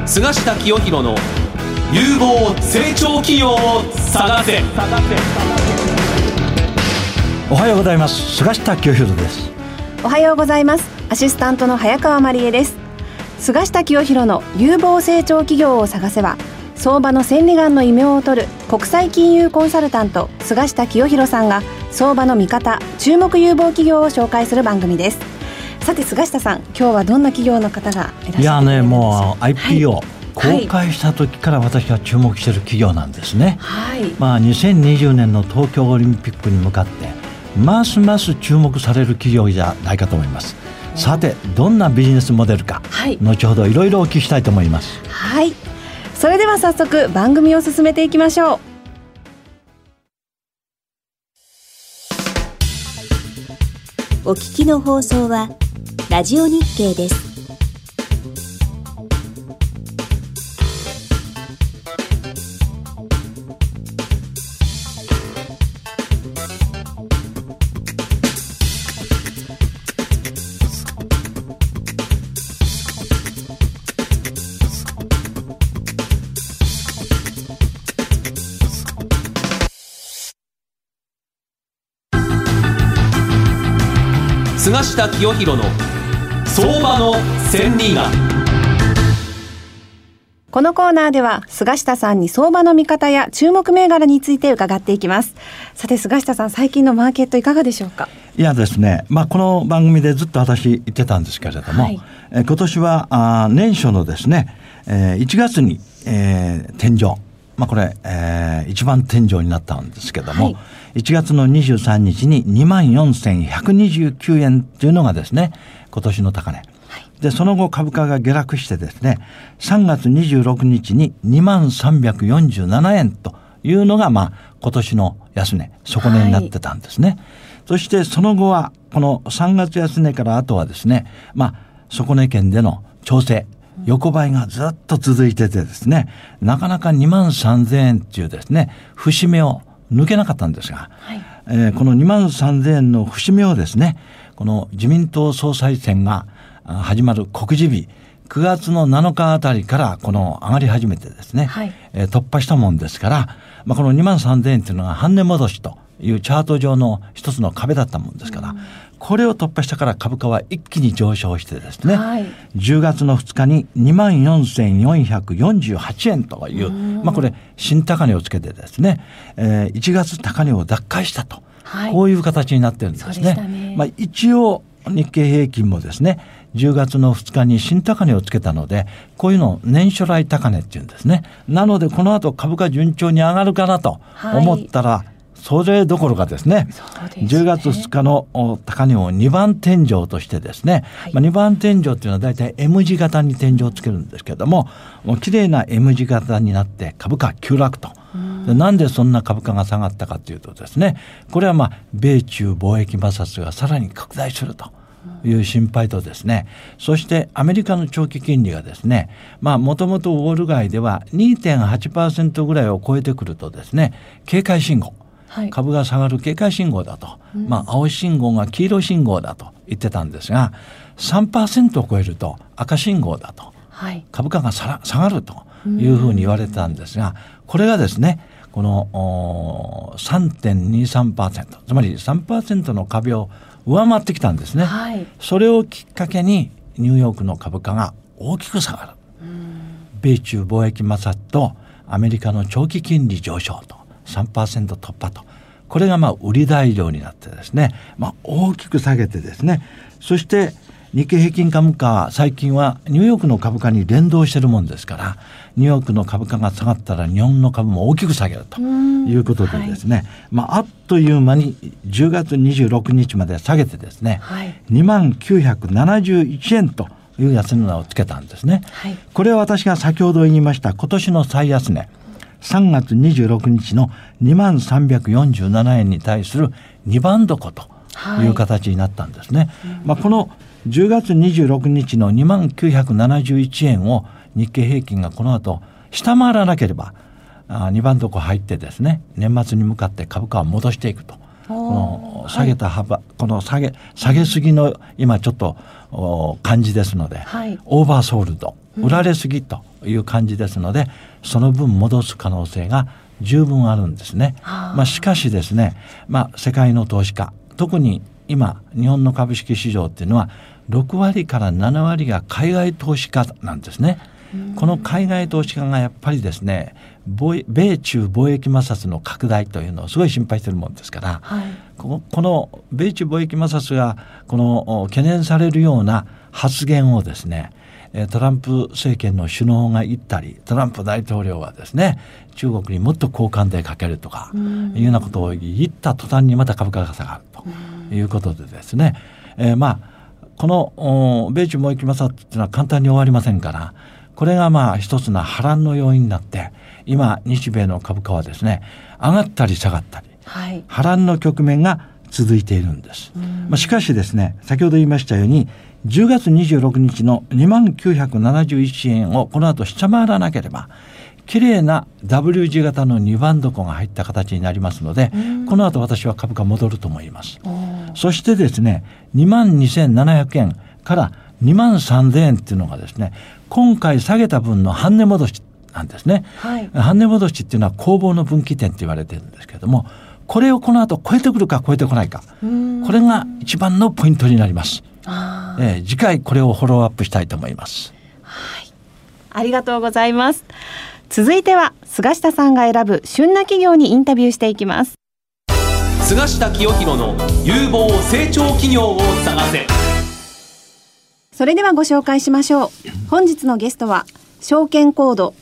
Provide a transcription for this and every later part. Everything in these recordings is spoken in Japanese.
菅下清弘の有望成長企業を探せ。 おはようございます。菅下清弘です。 おはようございます。アシスタントの早川真理恵です。菅下清弘の有望成長企業を探せは、相場の千里眼の異名を取る国際金融コンサルタント菅下清弘さんが相場の見方、注目有望企業を紹介する番組です。さて菅下さん、今日はどんな企業の方がいらっしゃっているんでしょうか。 もう IPO、公開した時から私が注目している企業なんですね。2020年の東京オリンピックに向かってますます注目される企業じゃないかと思います。さてどんなビジネスモデルか、後ほどいろいろお聞きしたいと思います。 それでは早速番組を進めていきましょう。お聞きの放送はラジオ日経です。 菅下清弘の相場の千里眼。 このコーナーでは菅下さんに相場の見方や注目銘柄について伺っていきます。さて菅下さん、最近のマーケットいかがでしょうか。 いやですね、この番組でずっと私言ってたんですけれども、今年は年初のですね、1月に、天井、これ、一番天井になったんですけども、1月の23日に 24,129 円というのがですね、今年の高値。で、その後株価が下落してですね、3月26日に 23,47 円というのが、今年の安値、底値になってたんですね。そしてその後は、この3月安値から後はですね、底値圏での調整、横ばいがずっと続いててですね、なかなか 23,000 円っていうですね、節目を抜けなかったんですが、この 23,000 円の節目をですね、この自民党総裁選が始まる告示日、9月の7日あたりからこの上がり始めてですね、突破したもんですから、この 23,000 円っていうのが半値戻しというチャート上の一つの壁だったもんですから、これを突破したから株価は一気に上昇してですね、10月の2日に 24,448 円という、これ新高値をつけてですね、1月高値を奪回したと、こういう形になってるんですね。一応日経平均もですね、10月の2日に新高値をつけたので、こういうのを年初来高値っていうんですね。なのでこの後株価順調に上がるかなと思ったら、それどころかですね、10月2日の高値を2番天井としてですね、2番天井というのはだいたい M 字型に天井をつけるんですけれども、綺麗な M 字型になって株価急落と。なんでそんな株価が下がったかというとですね、これは米中貿易摩擦がさらに拡大するという心配とですね、そしてアメリカの長期金利がですね、もともとウォール街では 2.8% ぐらいを超えてくるとですね、警戒信号、株が下がる警戒信号だと、青信号が黄色信号だと言ってたんですが、 3% を超えると赤信号だと、株価が下がるというふうに言われてたんですが、これがですね、この 3.23%、 つまり 3% の壁を上回ってきたんですね。それをきっかけにニューヨークの株価が大きく下がる。米中貿易摩擦とアメリカの長期金利上昇と 3% 突破と、これが売り材料になってですね、大きく下げてですね、そして日経平均株価は最近はニューヨークの株価に連動しているもんですから、ニューヨークの株価が下がったら日本の株も大きく下げるということでですね、あっという間に10月26日まで下げてですね、2971 円という安値をつけたんですね。これは私が先ほど言いました今年の最安値、3月26日の 23,47 円に対する2番底という形になったんですね。この10月26日の 2971 円を日経平均がこの後下回らなければ2番底入ってですね、年末に向かって株価を戻していくと、この下げた幅、この下げすぎの今ちょっと感じですので、オーバーソールド、売られすぎという感じですので、その分戻す可能性が十分あるんですね。しかしですね、世界の投資家、特に今日本の株式市場っていうのは6割から7割が海外投資家なんですね。この海外投資家がやっぱりですね、米中貿易摩擦の拡大というのをすごい心配しているもんですから、この米中貿易摩擦がこの懸念されるような発言をですね、トランプ政権の首脳が言ったり、トランプ大統領はですね、中国にもっと高関税かけるとかいうようなことを言った途端にまた株価が下がるということでですね、この米中貿易摩擦というのは簡単に終わりませんから、これが一つの波乱の要因になって、今日米の株価はですね、上がったり下がったり、波乱の局面が続いているんです。しかしですね、先ほど言いましたように10月26日の2971円をこの後下回らなければ、綺麗な W 字型の2番底が入った形になりますので、この後私は株価戻ると思います。そしてですね、22,700 円から23,000円っていうのがですね、今回下げた分の半値戻しなんですね。半値戻しっていうのは攻防の分岐点って言われてるんですけれども、これをこの後超えてくるか超えてこないか、これが一番のポイントになります。次回これをフォローアップしたいと思います。 ありがとうございます。続いては菅下さんが選ぶ旬な企業にインタビューしていきます。 菅下清弘の有望成長企業を探せ。 それではご紹介しましょう。本日のゲストは証券コード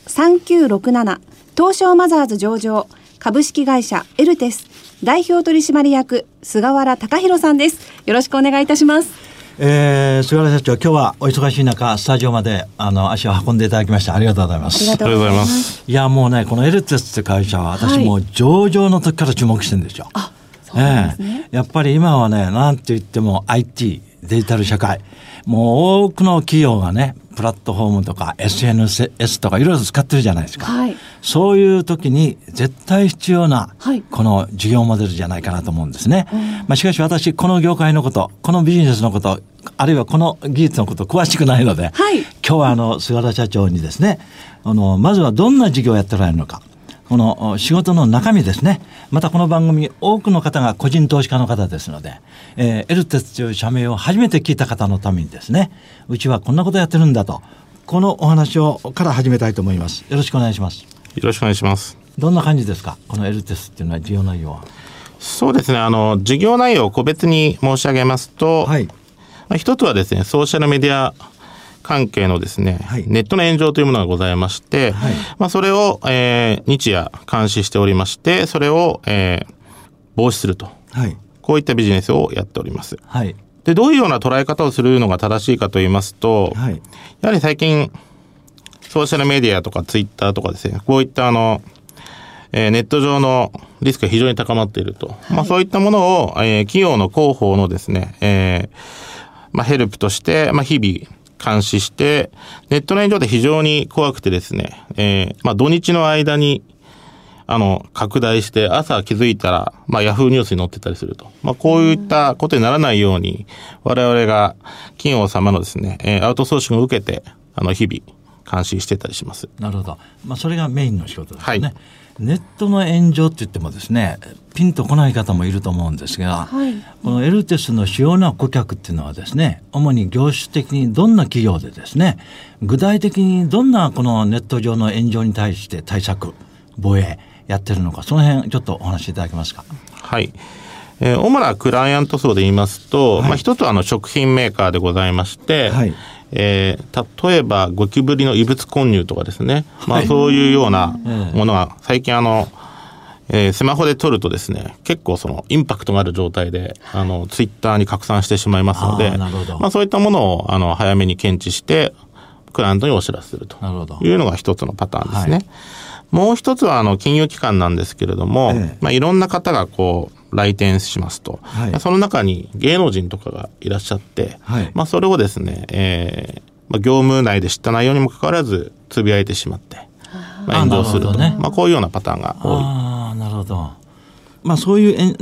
3967東証マザーズ上場株式会社エルテス代表取締役菅原隆弘さんです。よろしくお願いいたします。 菅原社長、今日はお忙しい中スタジオまで足を運んでいただきましてありがとうございます。 ありがとうございます。 いやもうね、このエルテスって会社は私もう上場の時から注目してるんですよ。そうなんですね。やっぱり今はね、なんて言っても IT デジタル社会、もう多くの企業がね、プラットフォームとか SNS とかいろいろ使ってるじゃないですか。そういう時に絶対必要なこの事業モデルじゃないかなと思うんですね。しかし私この業界のこと、このビジネスのこと、あるいはこの技術のこと詳しくないので、今日は菅原社長にですね、まずはどんな事業をやっておられるのか、この仕事の中身ですね。またこの番組多くの方が個人投資家の方ですので、エルテスという社名を初めて聞いた方のためにですね、うちはこんなことやってるんだと、このお話から始めたいと思います。よろしくお願いします。 よろしくお願いします。 どんな感じですか、このエルテスっていうのは事業内容は。 そうですね、事業内容を個別に申し上げますと、一つはですね、ソーシャルメディア関係のですね、ネットの炎上というものがございまして、それを、日夜監視しておりまして、それを、防止すると、こういったビジネスをやっております。で、どういうような捉え方をするのが正しいかといいますと、やはり最近ソーシャルメディアとかツイッターとかですね、こういったネット上のリスクが非常に高まっていると、そういったものを、企業の広報のですね、ヘルプとして、日々監視して、ネットの炎上で非常に怖くてですね、土日の間に拡大して朝気づいたら、ヤフーニュースに載ってたりすると、こういったことにならないように我々が企業様のですね、アウトソーシングを受けて日々監視してたりします。 なるほど。それがメインの仕事ですね。ネットの炎上って言ってもですね、ピンとこない方もいると思うんですが、このエルテスの主要な顧客っていうのはですね、主に業種的にどんな企業でですね、具体的にどんなこのネット上の炎上に対して対策、防衛やってるのか、その辺ちょっとお話しいただけますか。 主なクライアント層で言いますと、一つは食品メーカーでございまして、例えばゴキブリの異物混入とかですね、そういうようなものが最近スマホで撮るとですね、結構そのインパクトがある状態でツイッターに拡散してしまいますので、そういったものを早めに検知してクライアントにお知らせするというのが一つのパターンですね。もう一つは金融機関なんですけれども、いろんな方が来店しますと、その中に芸能人とかがいらっしゃって、それをですね、業務内で知った内容にもかかわらずつぶやいてしまって炎上すると、こういうようなパターンが多い。 なるほど。そういうネッ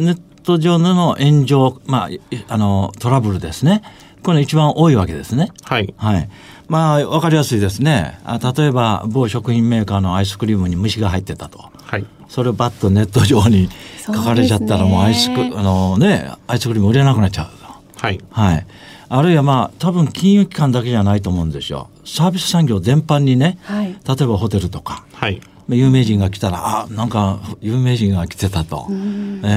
ト上での炎上、トラブルですね。これ一番多いわけですね。 はい。 はい。わかりやすいですね。例えば、某食品メーカーのアイスクリームに虫が入ってたと。 はい。 それをバッとネット上に書かれちゃったら、もうアイスクリーム売れなくなっちゃうと。 はい。 はい。あるいは多分金融機関だけじゃないと思うんですよ。サービス産業全般にね、はい、例えばホテルとか、 はい、 有名人が来たら、なんか有名人が来てたと、ツイ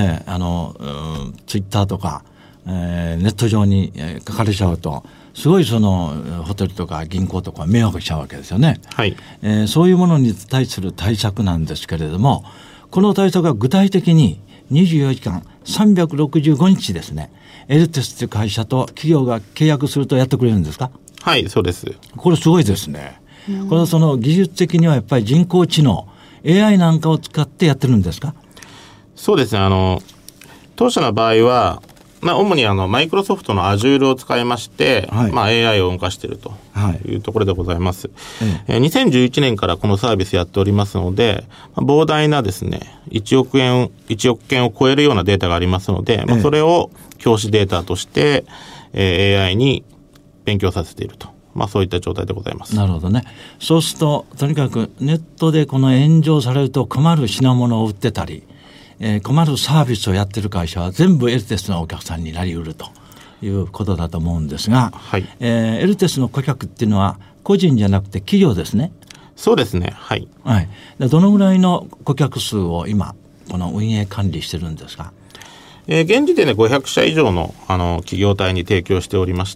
ッターとか、ネット上に書かれちゃうと、すごいそのホテルとか銀行とか迷惑しちゃうわけですよね。 はい、 そういうものに対する対策なんですけれども、この対策は具体的に24時間365日ですね、エルテスという会社と企業が契約するとやってくれるんですか？ はい、そうです。 これすごいですね。これはその技術的にはやっぱり人工知能 AI なんかを使ってやってるんですか？ そうですね。当社の場合は、主にマイクロソフトの Azure を使いまして、はい、AI を動かしているというところでございます。2011年からこのサービスやっておりますので、膨大なですね、1億件を超えるようなデータがありますので、それを教師データとして、AI に勉強させていると。そういった状態でございます。 なるほどね。そうすると、とにかくネットでこの炎上されると困る品物を売ってたり、困るサービスをやってる会社は全部エルテスのお客さんになりうるということだと思うんですが、はい、エルテスの顧客っていうのは個人じゃなくて企業ですね。 そうですね。はい。 はい。どのぐらいの顧客数を今この運営管理してるんですか？ 現時点で500社以上の企業体に提供しておりまして、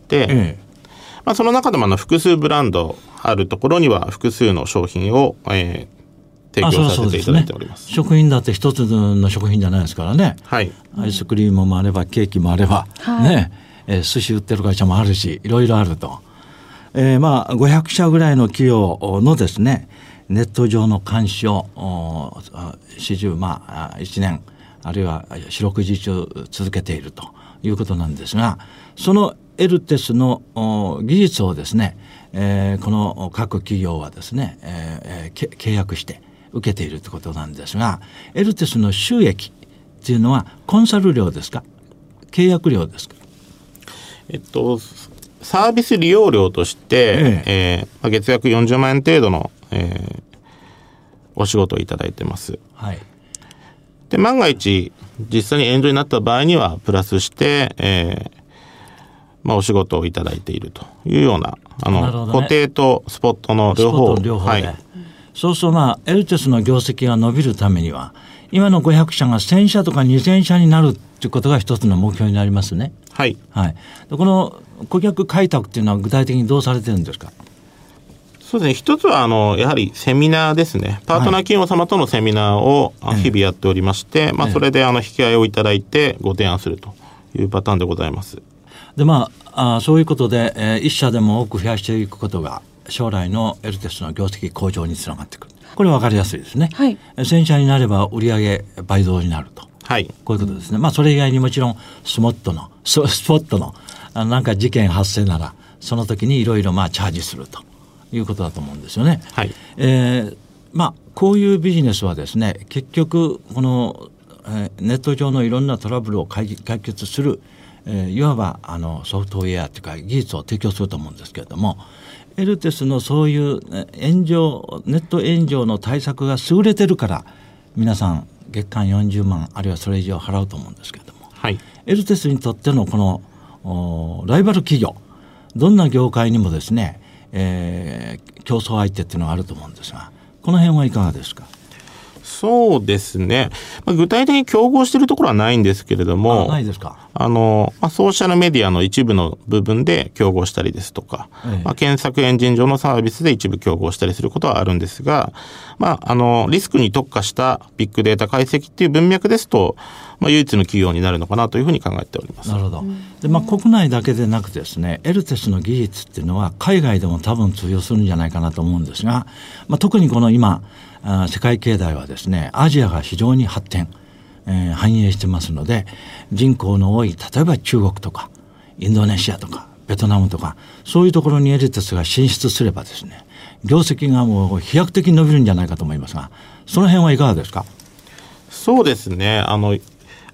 その中でも複数ブランドあるところには複数の商品を、提供させていただいております。 食品だって一つの食品じゃないですからね。はい。アイスクリームもあればケーキもあれば、はい、ね、寿司売ってる会社もあるし、いろいろあると。500社ぐらいの企業のですね、ネット上の監視を1年あるいは四六時中続けているということなんですが、そのエルテスの技術をですね、この各企業はですね、契約して受けているということなんですが、エルテスの収益というのはコンサル料ですか、契約料ですか？ サービス利用料として、月額40万円程度の、お仕事をいただいてます。はい。で、万が一実際に炎上になった場合にはプラスして、お仕事をいただいているというような、固定とスポットの両方で、はい、 そうするとエルテスの業績が伸びるためには今の500社が1000社とか2000社になるということが一つの目標になりますね。 はい、 はい。この顧客開拓っていうのは具体的にどうされてるんですか？ そうですね。一つはやはりセミナーですね。パートナー企業様とのセミナーを日々やっておりまして、それで引き合いをいただいてご提案するというパターンでございます。 でそういうことで、一社でも多く増やしていくことが将来のエルテスの業績向上につながってくる。これ分かりやすいですね。はい。1000社になれば売上倍増になると。はい。こういうことですね。それ以外にもちろんスポットのなんか事件発生ならその時にいろいろチャージするということだと思うんですよね。はい。こういうビジネスはですね、結局この、ネット上のいろんなトラブルを解決するいわばソフトウェアというか技術を提供すると思うんですけれども、エルテスのそういうネット炎上の対策が優れてるから皆さん月間40万あるいはそれ以上払うと思うんですけれども、はい、エルテスにとってのこのライバル企業、どんな業界にもですね、競争相手っていうのがあると思うんですが、この辺はいかがですか？ そうですね。具体的に競合しているところはないんですけれども、 ないですか。 ソーシャルメディアの一部の部分で競合したりですとか、検索エンジン上のサービスで一部競合したりすることはあるんですが、リスクに特化したビッグデータ解析っていう文脈ですと、唯一の企業になるのかなというふうに考えております。 なるほど。で、国内だけでなくですね、エルテスの技術っていうのは海外でも多分通用するんじゃないかなと思うんですが、特にこの今世界経済はですね、アジアが非常に発展、繁栄してますので、人口の多い例えば中国とかインドネシアとかベトナムとかそういうところにエルテスが進出すればですね、業績がもう飛躍的に伸びるんじゃないかと思いますが、その辺はいかがですか？ そうですね。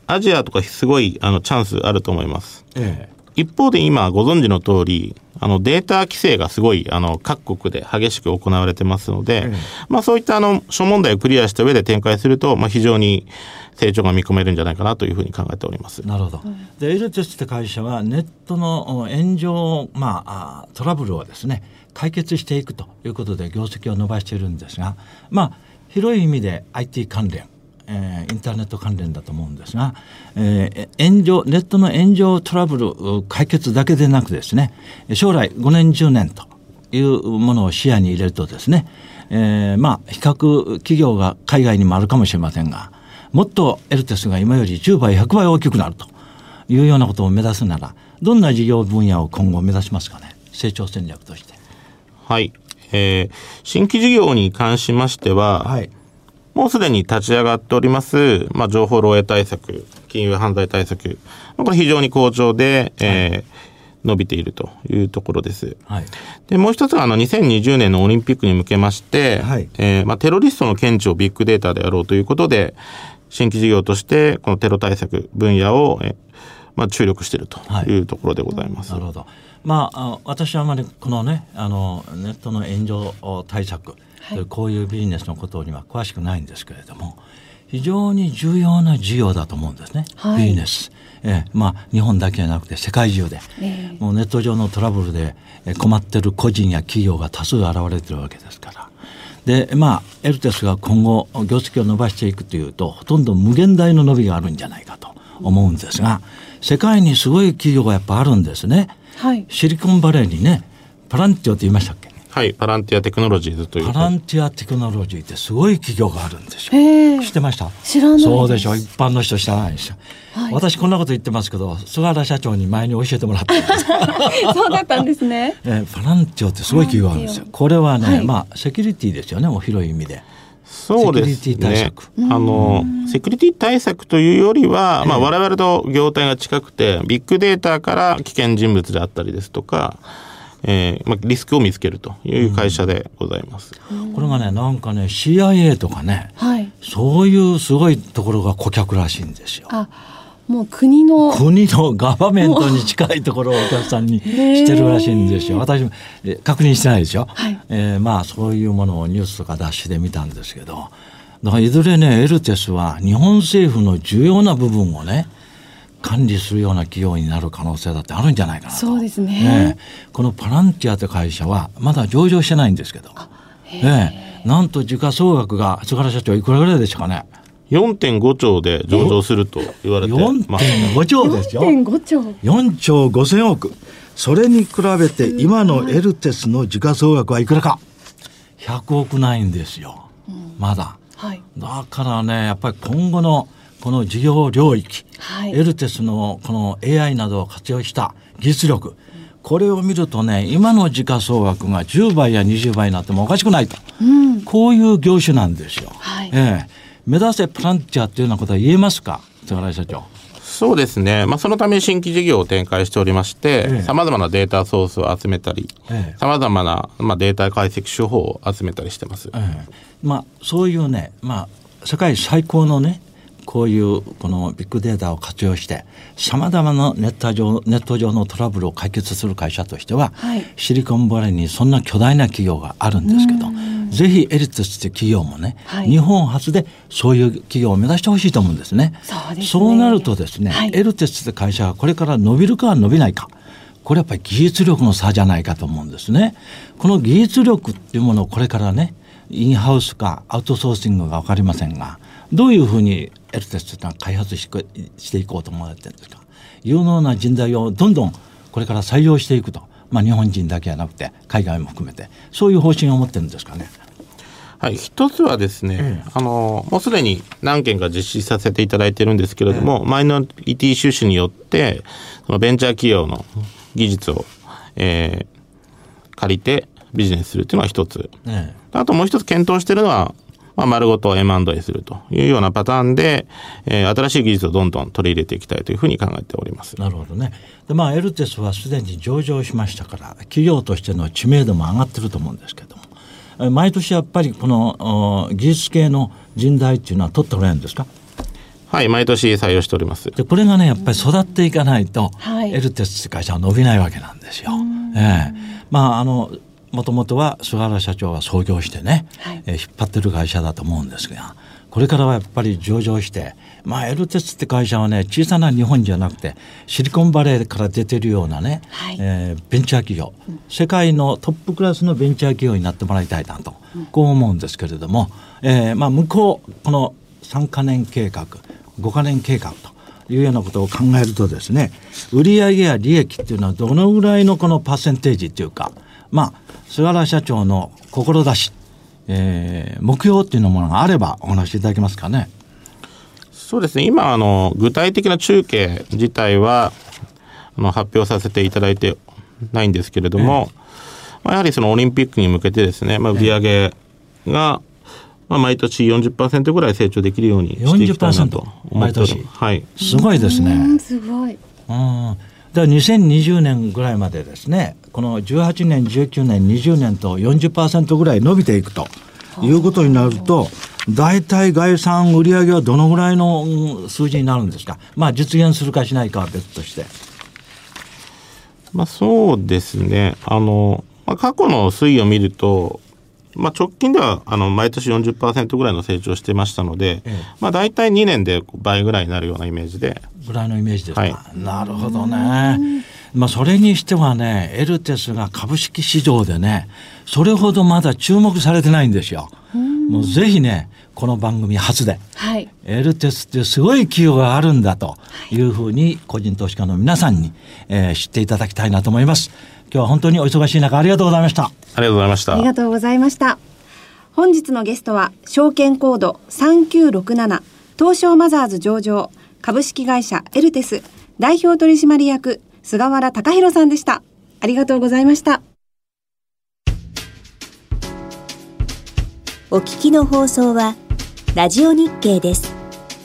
アジアとかすごいチャンスあると思います。一方で今ご存知の通りデータ規制がすごい各国で激しく行われてますので、そういった諸問題をクリアした上で展開すると、非常に成長が見込めるんじゃないかなというふうに考えております。 なるほど。でエルテスって会社はネットの炎上、トラブルをですね解決していくということで業績を伸ばしているんですが、広い意味で IT 関連インターネット関連だと思うんですが、ネットの炎上トラブル解決だけでなくですね、将来5年10年というものを視野に入れるとですね、比較企業が海外にもあるかもしれませんが、もっとエルテスが今より10倍100倍大きくなるというようなことを目指すなら、どんな事業分野を今後目指しますかね、成長戦略として。 はい、新規事業に関しましては、もうすでに立ち上がっております、情報漏洩対策、金融犯罪対策、これ非常に好調で、伸びているというところです。でもう一つは2020年のオリンピックに向けまして、テロリストの検知をビッグデータでやろうということで、新規事業としてこのテロ対策分野を、注力しているというところでございます。 なるほど。私はあまりこのねネットの炎上対策、こういうビジネスのことには詳しくないんですけれども、非常に重要な事業だと思うんですね、ビジネス。日本だけじゃなくて世界中で、もうネット上のトラブルで困っている個人や企業が多数現れているわけですから。でエルテスが今後業績を伸ばしていくというと、ほとんど無限大の伸びがあるんじゃないかと思うんですが、世界にすごい企業がやっぱあるんですね。シリコンバレーにね、パランティオって言いましたっけ。 パランティアテクノロジーズという。 パランティアテクノロジーってすごい企業があるんですよ。知ってました？ 知らないです。 そうでしょ、一般の人知らないですよ。私こんなこと言ってますけど、菅原社長に前に教えてもらったんですそうだったんですね。 パランティオってすごい企業があるんですよ。これはね、セキュリティですよね、お広い意味で。 そうですね。セキュリティ対策。セキュリティ対策というよりは、我々と業態が近くて、ビッグデータから危険人物であったりですとか、リスクを見つけるという会社でございます。 これがね、なんかね CIA とかね、そういうすごいところが顧客らしいんですよ。 もう国のガバメントに近いところをお客さんにしてるらしいんですよ。私も確認してないですよ。そういうものをニュースとか雑誌で見たんですけど、だからいずれねエルテスは日本政府の重要な部分をね管理するような企業になる可能性だってあるんじゃないかなと。 そうですね。 このパランティアという会社はまだ上場してないんですけど、なんと時価総額が菅原社長いくらぐらいでしょうかね。 4.5 兆で上場すると言われてます。 4.5 兆ですよ。 4.5兆。 4兆5000億。それに比べて今のエルテスの時価総額はいくらか。100億ないんですよ。まだ。だからね、やっぱり今後のこの事業領域、エルテスのこの AI などを活用した技術力、これを見るとね、今の時価総額が10倍や20倍になってもおかしくないと、こういう業種なんですよ。目指せパランティアというようなことは言えますか、菅原社長。 そうですね、そのために新規事業を展開しておりまして、さまざまなデータソースを集めたり、さまざまな、データ解析手法を集めたりしてます。 そういうね、世界最高のね、こういうこのビッグデータを活用してさまざまなネット上のトラブルを解決する会社としては、シリコンバレーにそんな巨大な企業があるんですけど、ぜひエルテスって企業もね、日本初でそういう企業を目指してほしいと思うんですね。そうなるとですね、エルテスって会社がこれから伸びるか伸びないか、これやっぱり技術力の差じゃないかと思うんですね。この技術力っていうものをこれからね、インハウスかアウトソーシングが分かりませんが、どういうふうにエルテスというのは開発していこうと思われてるんですか。有能な人材をどんどんこれから採用していくと、日本人だけじゃなくて海外も含めてそういう方針を持ってるんですかね。 一つはですね、もうすでに何件か実施させていただいているんですけれども、マイノリティ出資によってそのベンチャー企業の技術を、借りてビジネスするというのは一つ、あともう一つ検討しているのは、丸ごと M&A するというようなパターンで、新しい技術をどんどん取り入れていきたいというふうに考えております。 なるほどね。で、エルテスはすでに上場しましたから企業としての知名度も上がってると思うんですけども、毎年やっぱりこの技術系の人材っていうのは取っておられるんですか。 はい、毎年採用しております。 でこれがねやっぱり育っていかないと、エルテスって会社は伸びないわけなんですよ。もともとは菅原社長が創業してね、引っ張ってる会社だと思うんですが、これからはやっぱり上場して、エルテスって会社はね小さな日本じゃなくてシリコンバレーから出てるようなね、ベンチャー企業、世界のトップクラスのベンチャー企業になってもらいたいなと、こう思うんですけれども、向こうこの3カ年計画5カ年計画というようなことを考えるとですね、売上や利益っていうのはどのぐらいのこのパーセンテージっていうか、菅原社長の志、目標っていうものがあればお話しいただけますかね。 そうですね、今具体的な中継自体は発表させていただいてないんですけれども、やはりそのオリンピックに向けてですね、売上が毎年 40% ぐらい成長できるようにしていきたいなと思っております。 すごいですね。 すごい。 だから2020年ぐらいまでですね、この18年19年20年と 40% ぐらい伸びていくということになると、大体概算売上はどのぐらいの数字になるんですか。実現するかしないかは別として、 そうですね、過去の推移を見ると、直近では毎年 40% ぐらいの成長してましたので、大体2年で倍ぐらいになるようなイメージで、 ぐらいのイメージですか。なるほどね。それにしてはね、エルテスが株式市場でねそれほどまだ注目されてないんですよ。もうぜひねこの番組初で、エルテスってすごい企業があるんだというふうに個人投資家の皆さんに、知っていただきたいなと思います。今日は本当にお忙しい中ありがとうございました。 ありがとうございました。 ありがとうございました。本日のゲストは証券コード3967東証マザーズ上場株式会社エルテス代表取締役菅原貴弘さんでした。ありがとうございました。 お聞きの放送はラジオ日経です。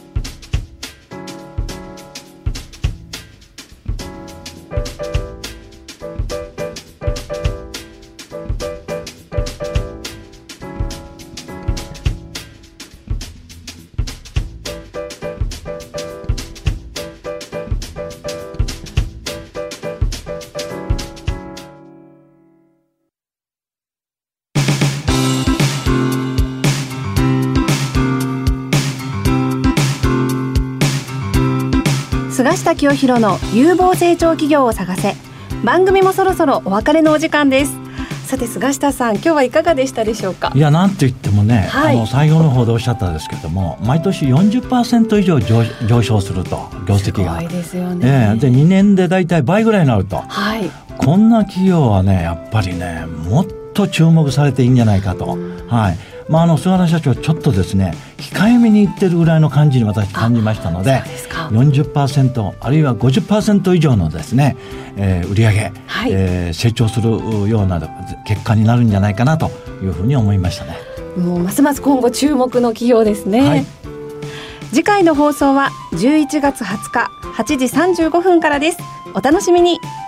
菅下清弘の有望成長企業を探せ。番組もそろそろお別れのお時間です。さて菅下さん、今日はいかがでしたでしょうか。 いや、なんといってもね、最後の方でおっしゃったんですけども、毎年 40% 以上上昇すると、業績がすごいですよね。 で2年でだいたい倍ぐらいになると、こんな企業はねやっぱりねもっと注目されていいんじゃないかと、菅原社長ちょっとですね控えめに言ってるぐらいの感じに私感じましたので、40% あるいは 50% 以上のですね、売上、成長するような結果になるんじゃないかなというふうに思いましたね。 もうますます今後注目の企業ですね。次回の放送は11月20日8時35分からです。お楽しみに。